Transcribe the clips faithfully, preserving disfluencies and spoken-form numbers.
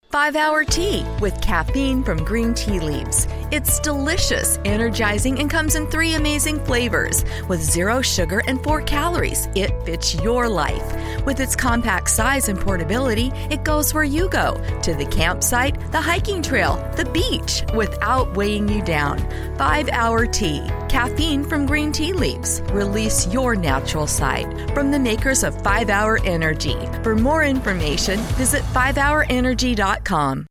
five hour Tea with caffeine from green tea leaves. It's delicious, energizing, and comes in three amazing flavors. With zero sugar and four calories, it fits your life. With its compact size and portability, it goes where you go, to the campsite, the hiking trail, the beach, without weighing you down. five hour Tea, caffeine from green tea leaves. Release your natural side. From the makers of five hour Energy. For more information, visit five hour energy dot com.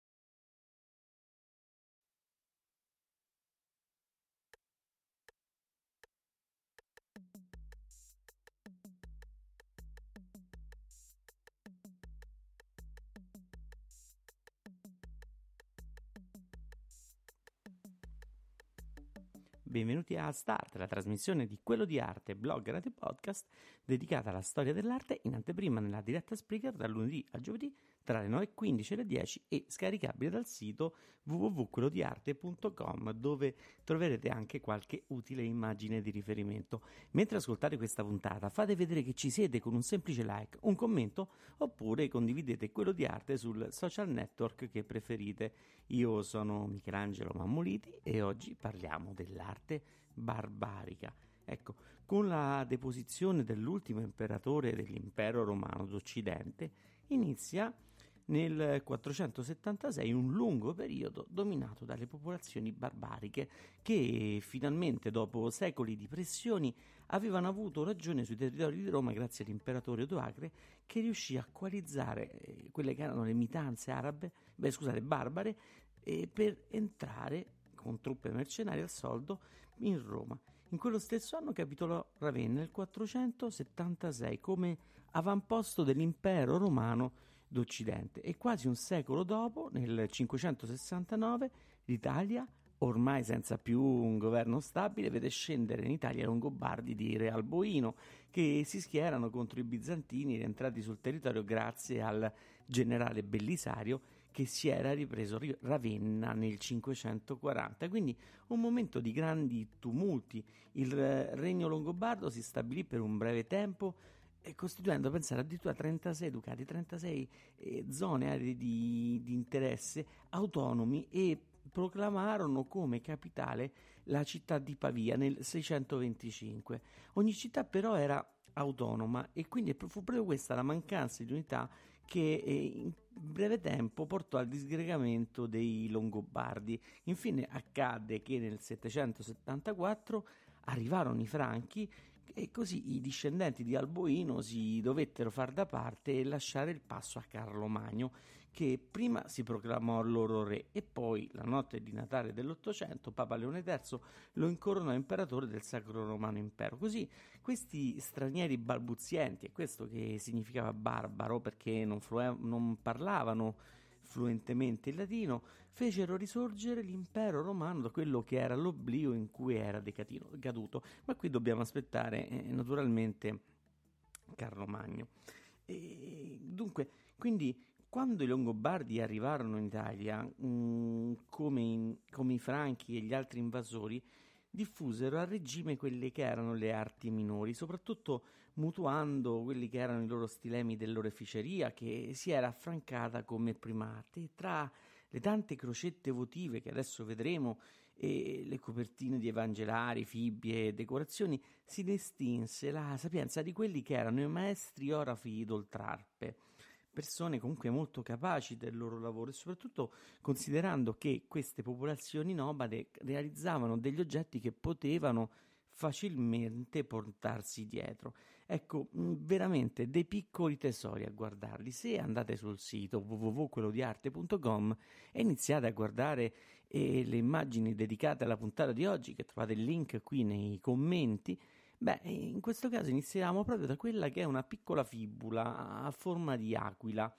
Benvenuti a Start, la trasmissione di Quello di Arte, blog e radio podcast dedicata alla storia dell'arte, in anteprima nella diretta Spreaker dal lunedì al giovedì tra le nove e quindici e le dieci e scaricabile dal sito w w w punto quello di arte punto com, dove troverete anche qualche utile immagine di riferimento. Mentre ascoltate questa puntata fate vedere che ci siete con un semplice like, un commento oppure condividete Quello di Arte sul social network che preferite. Io sono Michelangelo Mammoliti e oggi parliamo dell'arte barbarica. Ecco, con la deposizione dell'ultimo imperatore dell'impero romano d'Occidente inizia nel quattrocentosettantasei un lungo periodo dominato dalle popolazioni barbariche che finalmente, dopo secoli di pressioni, avevano avuto ragione sui territori di Roma grazie all'imperatore Odoacre, che riuscì a coalizzare quelle che erano le mitanze arabe, beh scusate, barbare, eh, per entrare con truppe mercenarie al soldo in Roma. In quello stesso anno capitolò Ravenna nel quattrocentosettantasei come avamposto dell'impero romano d'Occidente e quasi un secolo dopo, nel cinquecentosessantanove, l'Italia, ormai senza più un governo stabile, vede scendere in Italia i Longobardi di Re Alboino, che si schierano contro i bizantini rientrati sul territorio grazie al generale Bellisario, che si era ripreso Ravenna nel cinquecentoquaranta. Quindi un momento di grandi tumulti. Il regno longobardo si stabilì per un breve tempo, e costituendo, pensare, addirittura trentasei ducati, trentasei eh, zone, aree di, di interesse autonomi, e proclamarono come capitale la città di Pavia nel seicentoventicinque. Ogni città però era autonoma e quindi fu proprio questa la mancanza di unità che eh, in breve tempo portò al disgregamento dei Longobardi. Infine accadde che nel settecentosettantaquattro arrivarono i Franchi e così i discendenti di Alboino si dovettero far da parte e lasciare il passo a Carlo Magno, che prima si proclamò loro re e poi, la notte di Natale dell'Ottocento, Papa Leone terzo lo incoronò imperatore del Sacro Romano Impero. Così questi stranieri balbuzienti, e questo che significava barbaro perché non, flue- non parlavano fluentemente il latino, fecero risorgere l'impero romano da quello che era l'oblio in cui era decaduto. Ma qui dobbiamo aspettare eh, naturalmente Carlo Magno. E, dunque, quindi quando i Longobardi arrivarono in Italia, mh, come, in, come i Franchi e gli altri invasori, diffusero al regime quelle che erano le arti minori, soprattutto mutuando quelli che erano i loro stilemi dell'oreficeria, che si era affrancata come prima arte. E tra le tante crocette votive che adesso vedremo e le copertine di evangelari, fibbie e decorazioni, si distinse la sapienza di quelli che erano i maestri orafi d'oltrarpe, persone comunque molto capaci del loro lavoro, e soprattutto considerando che queste popolazioni nomade realizzavano degli oggetti che potevano facilmente portarsi dietro. Ecco, veramente dei piccoli tesori a guardarli. Se andate sul sito w w w punto quello di arte punto com e iniziate a guardare eh, le immagini dedicate alla puntata di oggi, che trovate il link qui nei commenti, beh, in questo caso iniziamo proprio da quella che è una piccola fibula a forma di aquila,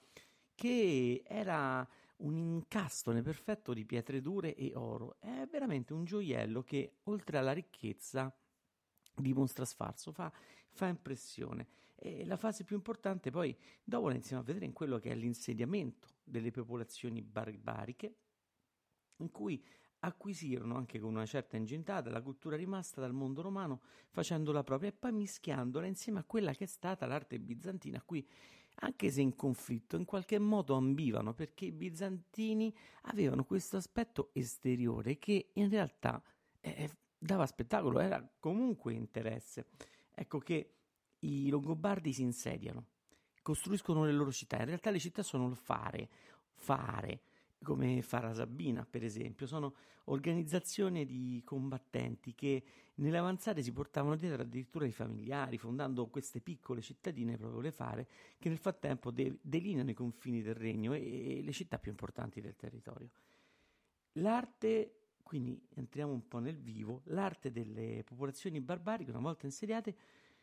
che era un incastone perfetto di pietre dure e oro. È veramente un gioiello che, oltre alla ricchezza, dimostra sfarzo, fa, fa impressione. E la fase più importante poi dopo la iniziamo a vedere in quello che è l'insediamento delle popolazioni barbariche, in cui acquisirono anche con una certa ingenuità la cultura rimasta dal mondo romano, facendola propria e poi mischiandola insieme a quella che è stata l'arte bizantina, a cui anche se in conflitto, in qualche modo ambivano, perché i bizantini avevano questo aspetto esteriore che in realtà eh, dava spettacolo, era comunque interesse. Ecco che i Longobardi si insediano, costruiscono le loro città. In realtà le città sono il fare, fare, come Farasabina per esempio, sono organizzazioni di combattenti che nell'avanzare si portavano dietro addirittura i familiari, fondando queste piccole cittadine, proprio le fare, che nel frattempo de- delineano i confini del regno e-, e le città più importanti del territorio. L'arte, quindi entriamo un po' nel vivo, l'arte delle popolazioni barbariche, una volta insediate,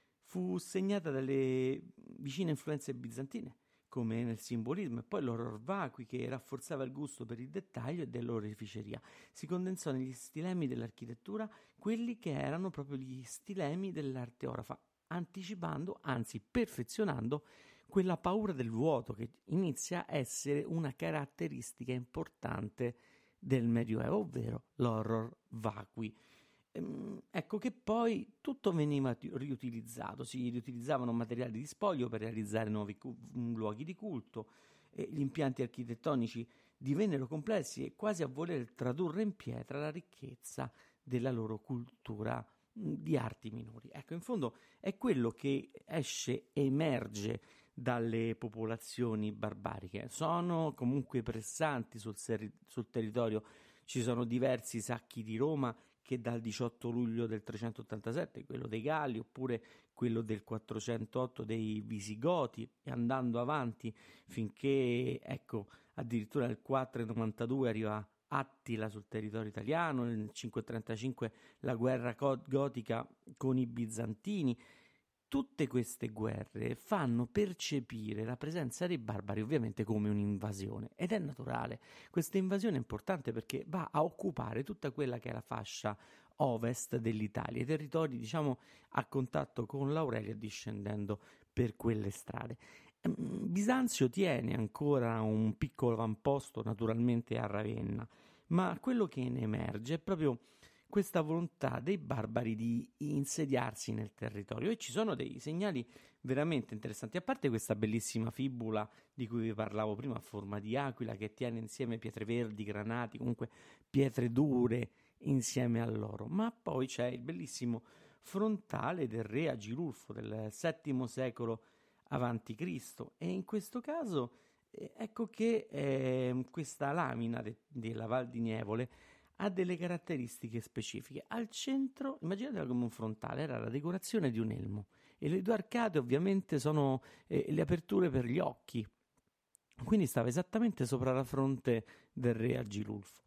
fu segnata dalle vicine influenze bizantine, come nel simbolismo, e poi l'horror vacui che rafforzava il gusto per il dettaglio e dell'oreficeria. Si condensò negli stilemi dell'architettura quelli che erano proprio gli stilemi dell'arte orafa, anticipando, anzi perfezionando, quella paura del vuoto che inizia a essere una caratteristica importante del Medioevo, ovvero l'horror vacui. Ehm, ecco che poi tutto veniva ti- riutilizzato, si riutilizzavano materiali di spoglio per realizzare nuovi cu- luoghi di culto, e gli impianti architettonici divennero complessi e quasi a voler tradurre in pietra la ricchezza della loro cultura mh, di arti minori. Ecco, in fondo è quello che esce, emerge dalle popolazioni barbariche. Sono comunque pressanti sul, seri- sul territorio, ci sono diversi sacchi di Roma che dal diciotto luglio del trecentottantasette, quello dei Galli, oppure quello del quattrocentotto dei Visigoti, e andando avanti finché, ecco, addirittura nel quattrocentonovantadue arriva Attila sul territorio italiano, nel cinquecentotrentacinque la guerra co- gotica con i bizantini. Tutte queste guerre fanno percepire la presenza dei barbari ovviamente come un'invasione, ed è naturale. Questa invasione è importante perché va a occupare tutta quella che è la fascia ovest dell'Italia, i territori, diciamo, a contatto con l'Aurelia, discendendo per quelle strade. Ehm, Bisanzio tiene ancora un piccolo avamposto naturalmente a Ravenna, ma quello che ne emerge è proprio questa volontà dei barbari di insediarsi nel territorio, e ci sono dei segnali veramente interessanti, a parte questa bellissima fibula di cui vi parlavo prima a forma di aquila che tiene insieme pietre verdi, granati, comunque pietre dure insieme a loro, ma poi c'è il bellissimo frontale del re Agilulfo del settimo secolo avanti Cristo, e in questo caso eh, ecco che eh, questa lamina de- della Val di Nievole ha delle caratteristiche specifiche. Al centro, immaginatela come un frontale, era la decorazione di un elmo, e le due arcate ovviamente sono eh, le aperture per gli occhi, quindi stava esattamente sopra la fronte del re Agilulfo.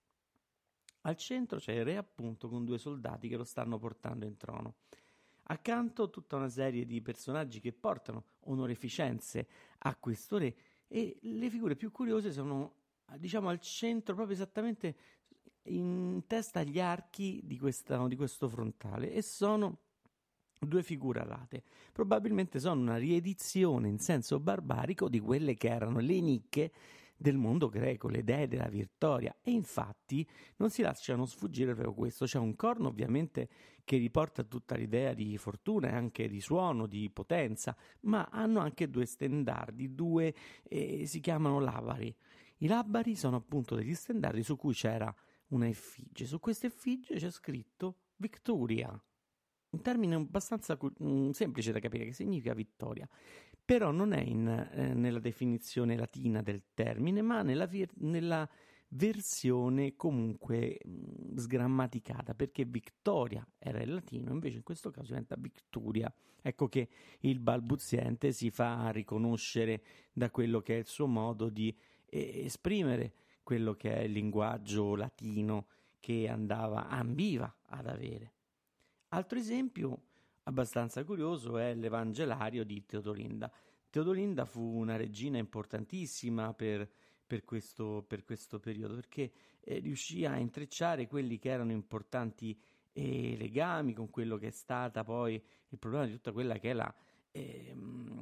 Al centro c'è il re, appunto, con due soldati che lo stanno portando in trono. Accanto tutta una serie di personaggi che portano onoreficenze a questo re, e le figure più curiose sono, diciamo, al centro, proprio esattamente in testa agli archi di, questa, di questo frontale, e sono due figure alate. Probabilmente sono una riedizione in senso barbarico di quelle che erano le nicche del mondo greco, le dee della vittoria, e infatti non si lasciano sfuggire proprio questo. C'è un corno ovviamente che riporta tutta l'idea di fortuna e anche di suono, di potenza, ma hanno anche due stendardi, due eh, si chiamano labari. I labari sono appunto degli stendardi su cui c'era una effigie. Su questa effigie c'è scritto Victoria, un termine abbastanza mh, semplice da capire, che significa vittoria, però non è in, eh, nella definizione latina del termine, ma nella, vir- nella versione comunque mh, sgrammaticata, perché Victoria era il latino, invece in questo caso diventa Victoria. Ecco che il balbuziente si fa riconoscere da quello che è il suo modo di eh, esprimere quello che è il linguaggio latino che andava, ambiva ad avere. Altro esempio abbastanza curioso è l'Evangelario di Teodolinda. Teodolinda fu una regina importantissima per, per, questo, per questo periodo, perché eh, riuscì a intrecciare quelli che erano importanti eh, legami con quello che è stata poi il problema di tutta quella che è la, eh,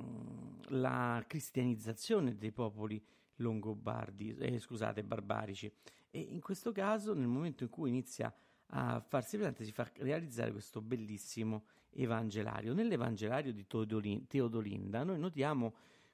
la cristianizzazione dei popoli longobardi, eh, scusate, barbarici. E in questo caso, nel momento in cui inizia a farsi presente, si fa realizzare questo bellissimo evangelario. Nell'evangelario di Teodolin- Teodolinda noi notiamo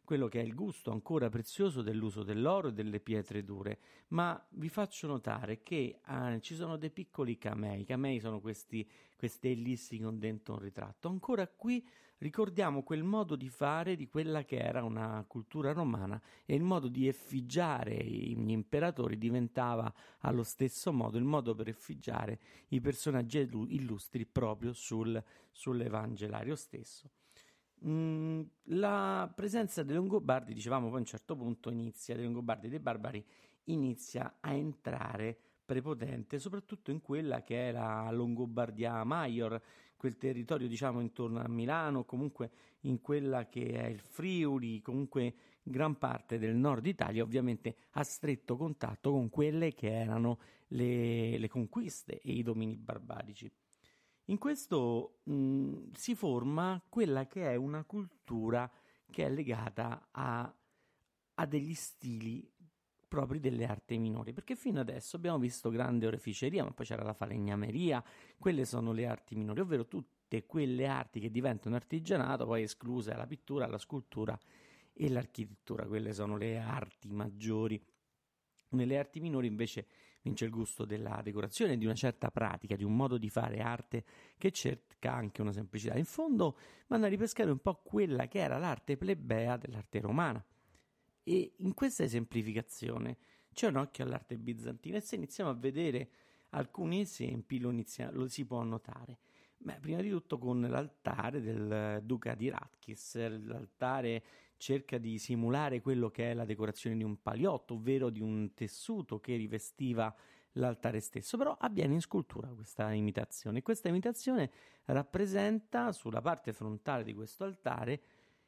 quello che è il gusto ancora prezioso dell'uso dell'oro e delle pietre dure, ma vi faccio notare che eh, ci sono dei piccoli camei. I camei sono questi, queste ellissi con dentro un ritratto. Ancora qui ricordiamo quel modo di fare di quella che era una cultura romana, e il modo di effigiare gli imperatori diventava allo stesso modo il modo per effigiare i personaggi illustri proprio sul, sull'Evangelario stesso. Mm, la presenza dei Longobardi, dicevamo, poi a un certo punto inizia, dei Longobardi e dei Barbari inizia a entrare prepotente, soprattutto in quella che è la Longobardia Maior, quel territorio diciamo intorno a Milano, comunque in quella che è il Friuli, comunque gran parte del nord Italia, ovviamente a stretto contatto con quelle che erano le, le conquiste e i domini barbarici. In questo mh, si forma quella che è una cultura che è legata a, a degli stili propri delle arti minori, perché fino adesso abbiamo visto grande oreficeria, ma poi c'era la falegnameria, quelle sono le arti minori, ovvero tutte quelle arti che diventano artigianato, poi escluse la pittura, la scultura e l'architettura, quelle sono le arti maggiori. Nelle arti minori invece vince il gusto della decorazione, di una certa pratica, di un modo di fare arte che cerca anche una semplicità. In fondo vanno a ripescare un po' quella che era l'arte plebea dell'arte romana. E in questa esemplificazione c'è un occhio all'arte bizantina, e se iniziamo a vedere alcuni esempi lo, inizia, lo si può notare. Beh, prima di tutto con l'altare del duca di Ratchis. L'altare cerca di simulare quello che è la decorazione di un paliotto, ovvero di un tessuto che rivestiva l'altare stesso, però avviene in scultura questa imitazione. Questa imitazione rappresenta sulla parte frontale di questo altare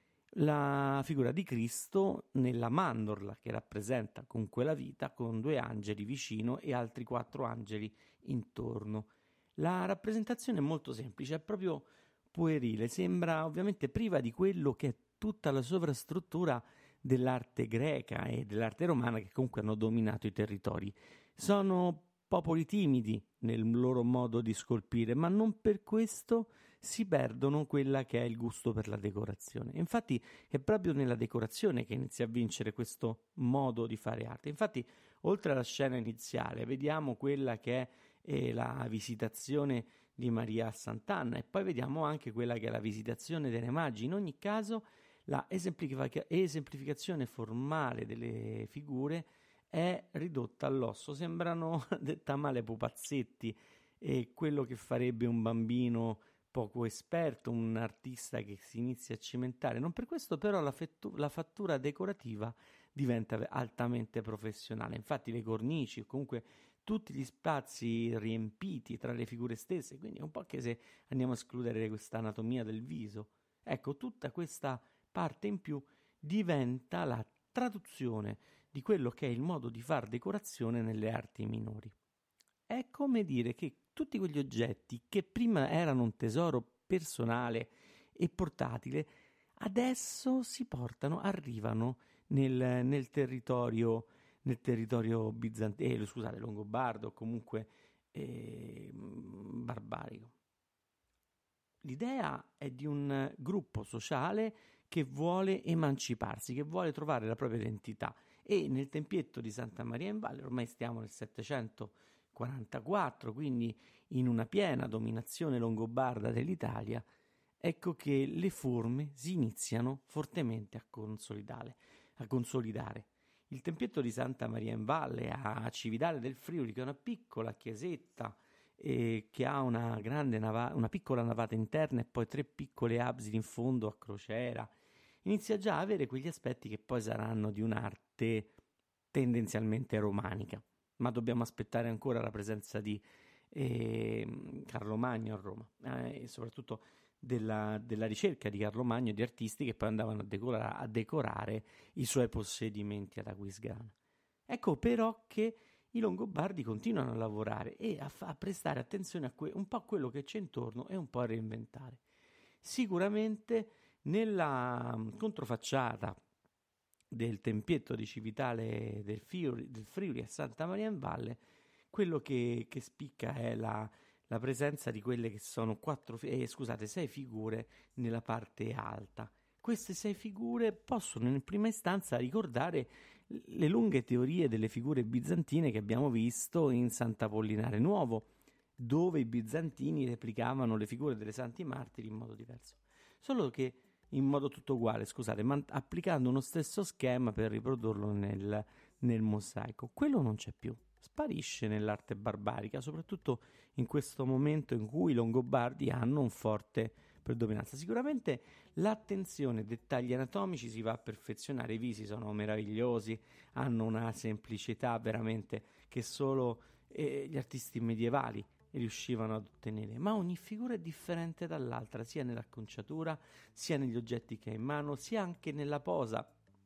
la figura di Cristo nella mandorla, che rappresenta comunque la vita, con due angeli vicino e altri quattro angeli intorno. La rappresentazione è molto semplice, è proprio puerile, sembra ovviamente priva di quello che è tutta la sovrastruttura dell'arte greca e dell'arte romana, che comunque hanno dominato i territori. Sono popoli timidi nel loro modo di scolpire, ma non per questo si perdono quella che è il gusto per la decorazione. Infatti è proprio nella decorazione che inizia a vincere questo modo di fare arte. Infatti, oltre alla scena iniziale, vediamo quella che è eh, la visitazione di Maria a Sant'Anna, e poi vediamo anche quella che è la visitazione dei Re Magi. In ogni caso la esemplifica- esemplificazione formale delle figure è ridotta all'osso, sembrano, detta male, pupazzetti, e quello che farebbe un bambino poco esperto, un artista che si inizia a cimentare. Non per questo però la, fettu- la fattura decorativa diventa altamente professionale. Infatti le cornici, o comunque tutti gli spazi riempiti tra le figure stesse, quindi è un po' che se andiamo a escludere questa anatomia del viso. Ecco, tutta questa parte in più diventa la traduzione di quello che è il modo di far decorazione nelle arti minori. È come dire che tutti quegli oggetti che prima erano un tesoro personale e portatile, adesso si portano, arrivano nel, nel territorio nel territorio bizantino, eh, scusate, longobardo o comunque eh, barbarico. L'idea è di un gruppo sociale che vuole emanciparsi, che vuole trovare la propria identità, e nel tempietto di Santa Maria in Valle, ormai stiamo nel settecentoquarantaquattro, quindi in una piena dominazione longobarda dell'Italia, ecco che le forme si iniziano fortemente a consolidare. A consolidare. Il tempietto di Santa Maria in Valle a Cividale del Friuli, che è una piccola chiesetta eh, che ha una grande nava- una piccola navata interna e poi tre piccole absidi in fondo a crociera, inizia già a avere quegli aspetti che poi saranno di un'arte tendenzialmente romanica, ma dobbiamo aspettare ancora la presenza di eh, Carlo Magno a Roma eh, e soprattutto della, della ricerca di Carlo Magno, di artisti che poi andavano a, decora- a decorare i suoi possedimenti ad Aquisgrana. Ecco però che i Longobardi continuano a lavorare e a, fa- a prestare attenzione a que- un po' a quello che c'è intorno e un po' a reinventare. Sicuramente nella um, controfacciata del tempietto di Civitale del Friuli, del Friuli a Santa Maria in Valle, quello che, che spicca è la, la presenza di quelle che sono quattro, eh, scusate, sei figure nella parte alta. queste sei figure possono in prima istanza ricordare le lunghe teorie delle figure bizantine che abbiamo visto in Sant'Apollinare Nuovo, dove i bizantini replicavano le figure delle santi martiri in modo diverso, solo che in modo tutto uguale, scusate, ma applicando uno stesso schema per riprodurlo nel, nel mosaico. Quello non c'è più, sparisce nell'arte barbarica, soprattutto in questo momento in cui i Longobardi hanno un forte predominanza. Sicuramente l'attenzione ai dettagli anatomici si va a perfezionare, i visi sono meravigliosi, hanno una semplicità veramente che solo eh, gli artisti medievali riuscivano ad ottenere, ma ogni figura è differente dall'altra, sia nell'acconciatura, sia negli oggetti che ha in mano, sia anche nella posa.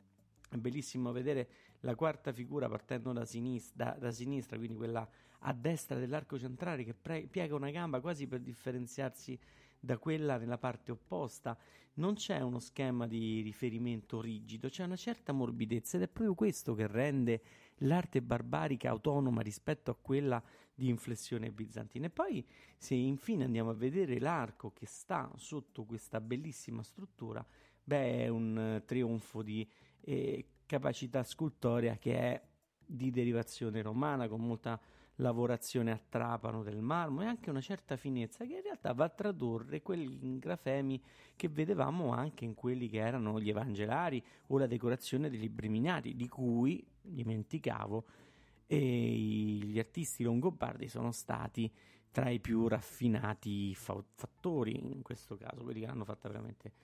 È bellissimo vedere la quarta figura partendo da sinistra, da, da sinistra, quindi quella a destra dell'arco centrale che pre- piega una gamba quasi per differenziarsi da quella nella parte opposta. Non c'è uno schema di riferimento rigido, c'è una certa morbidezza, ed è proprio questo che rende l'arte barbarica autonoma rispetto a quella di inflessione bizantina. E poi, se infine andiamo a vedere l'arco che sta sotto questa bellissima struttura, beh, è un uh, trionfo di eh, capacità scultorea che è di derivazione romana, con molta lavorazione a trapano del marmo e anche una certa finezza che in realtà va a tradurre quegli grafemi che vedevamo anche in quelli che erano gli evangelari o la decorazione dei libri minati, di cui, dimenticavo, e gli artisti longobardi sono stati tra i più raffinati fa- fattori in questo caso, quelli che l'hanno fatta veramente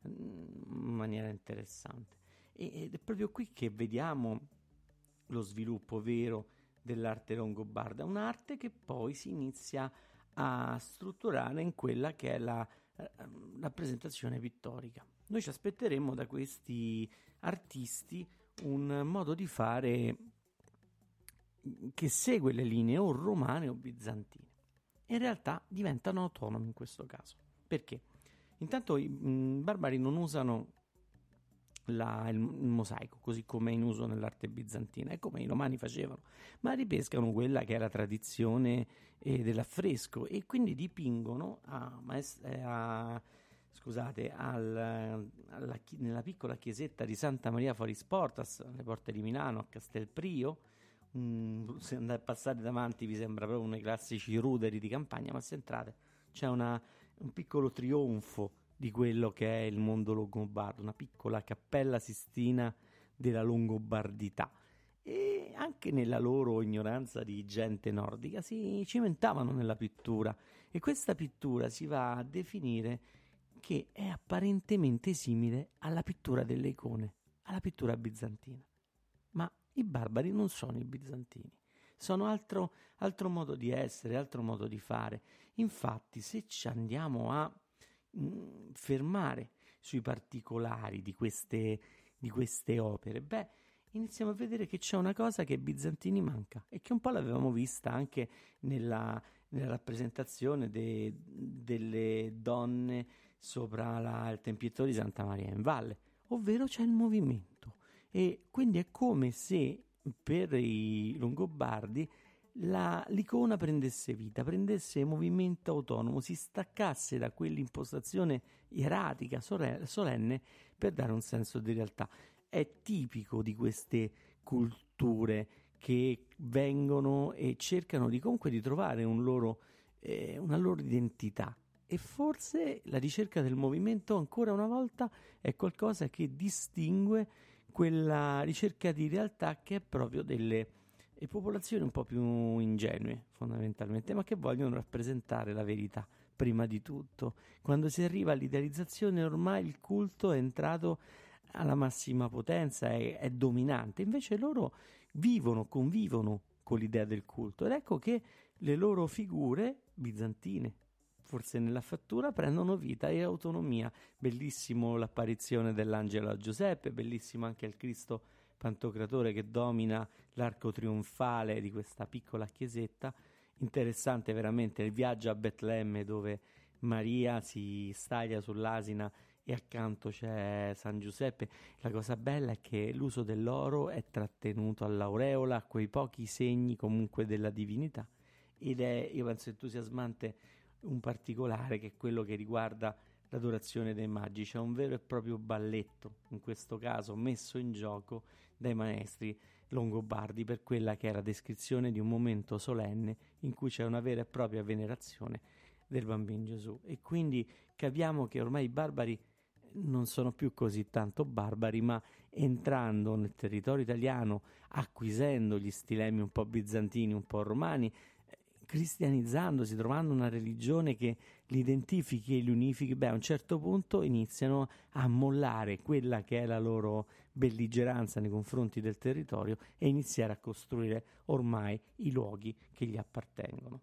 in maniera interessante. E, ed è proprio qui che vediamo lo sviluppo vero dell'arte longobarda, un'arte che poi si inizia a strutturare in quella che è la eh, rappresentazione pittorica. Noi ci aspetteremmo da questi artisti un modo di fare che segue le linee o romane o bizantine. In realtà diventano autonomi in questo caso. Perché? Intanto i mh, barbari non usano La, il, il mosaico così come è in uso nell'arte bizantina e come i romani facevano, ma ripescano quella che è la tradizione eh, dell'affresco e quindi dipingono a, a, scusate, al, alla, nella piccola chiesetta di Santa Maria Foris Portas, alle porte di Milano, a Castelprio. Mm, se andate a passare davanti vi sembra proprio uno dei classici ruderi di campagna, ma se entrate c'è una, un piccolo trionfo di quello che è il mondo longobardo, una piccola cappella sistina della longobardità, e anche nella loro ignoranza di gente nordica si cimentavano nella pittura, e questa pittura si va a definire che è apparentemente simile alla pittura delle icone, alla pittura bizantina. Ma i barbari non sono i bizantini, sono altro, altro modo di essere, altro modo di fare. Infatti, se ci andiamo a fermare sui particolari di queste, di queste opere, beh, iniziamo a vedere che c'è una cosa che ai bizantini manca e che un po' l'avevamo vista anche nella, nella rappresentazione de, delle donne sopra la, il tempietto di Santa Maria in Valle, ovvero c'è il movimento. E quindi è come se per i Longobardi La, l'icona prendesse vita, prendesse movimento autonomo, si staccasse da quell'impostazione ieratica, solenne, per dare un senso di realtà. È tipico di queste culture che vengono e cercano di comunque di trovare un loro, eh, una loro identità, e forse la ricerca del movimento ancora una volta è qualcosa che distingue quella ricerca di realtà che è proprio delle e popolazioni un po' più ingenue fondamentalmente, ma che vogliono rappresentare la verità prima di tutto. Quando si arriva all'idealizzazione ormai il culto è entrato alla massima potenza, è, è dominante, invece loro vivono, convivono con l'idea del culto, ed ecco che le loro figure bizantine, forse nella fattura, prendono vita e autonomia. Bellissimo l'apparizione dell'angelo a Giuseppe, bellissimo anche il Cristo Pantocratore che domina l'arco trionfale di questa piccola chiesetta. Interessante veramente il viaggio a Betlemme, dove Maria si staglia sull'asina e accanto c'è San Giuseppe. La cosa bella è che l'uso dell'oro è trattenuto all'aureola, a quei pochi segni comunque della divinità, ed è, io penso, entusiasmante un particolare che è quello che riguarda l'adorazione dei magi, c'è un vero e proprio balletto, in questo caso messo in gioco dai maestri longobardi per quella che è la descrizione di un momento solenne in cui c'è una vera e propria venerazione del bambino Gesù. E quindi capiamo che ormai i barbari non sono più così tanto barbari, ma entrando nel territorio italiano, acquisendo gli stilemi un po' bizantini, un po' romani, cristianizzandosi, trovando una religione che li identifichi e li unifichi, beh, a un certo punto iniziano a mollare quella che è la loro belligeranza nei confronti del territorio e iniziare a costruire ormai i luoghi che gli appartengono.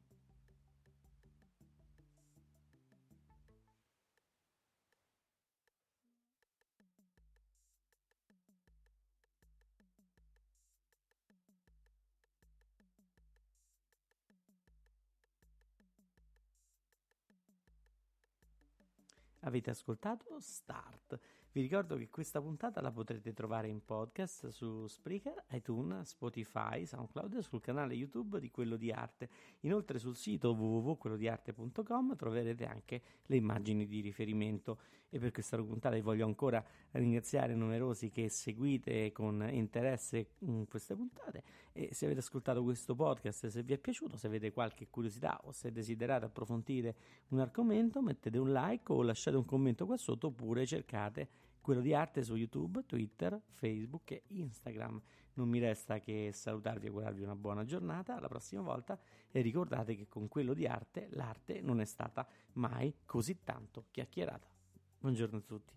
Avete ascoltato Start. Vi ricordo che questa puntata la potrete trovare in podcast su Spreaker, iTunes, Spotify, SoundCloud e sul canale YouTube di Quello di Arte. Inoltre sul sito w w w punto quello di arte punto com troverete anche le immagini di riferimento. E per questa puntata vi voglio ancora ringraziare numerosi che seguite con interesse in queste puntate. E se avete ascoltato questo podcast, se vi è piaciuto, se avete qualche curiosità o se desiderate approfondire un argomento, mettete un like o lasciate un commento qua sotto, oppure cercate Quello di Arte su YouTube, Twitter, Facebook e Instagram. Non mi resta che salutarvi e augurarvi una buona giornata, alla prossima volta, e ricordate che con Quello di Arte l'arte non è stata mai così tanto chiacchierata. Buongiorno a tutti.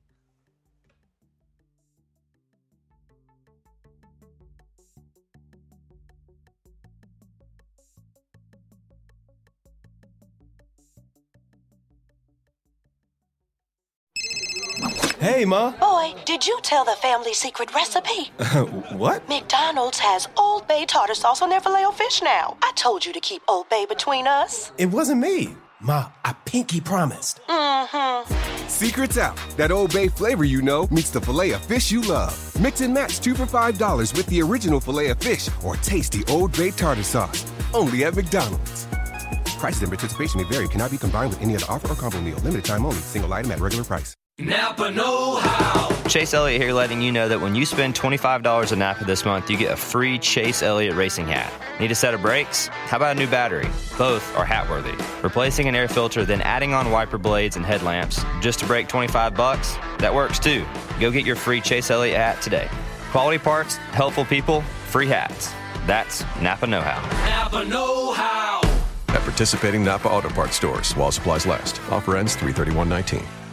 Hey, Ma. Boy, did you tell the family secret recipe? What? McDonald's has Old Bay tartar sauce on their Filet-O-Fish now. I told you to keep Old Bay between us. It wasn't me. Ma, I pinky promised. Mm-hmm. Secret's out. That Old Bay flavor you know meets the Filet-O-Fish you love. Mix and match two for five dollars with the original Filet-O-Fish or tasty Old Bay tartar sauce. Only at McDonald's. Prices and participation may vary. Cannot be combined with any other offer or combo meal. Limited time only. Single item at regular price. Napa know-how. Chase Elliott here, letting you know that when you spend twenty-five dollars at Napa this month, you get a free Chase Elliott racing hat. Need a set of brakes? How about a new battery? Both are hat-worthy. Replacing an air filter, then adding on wiper blades and headlamps just to break twenty-five bucks? That works too. Go get your free Chase Elliott hat today. Quality parts, helpful people, free hats. That's Napa know-how. Napa know-how. At participating Napa Auto Parts stores while supplies last. Offer ends three thirty-one nineteen.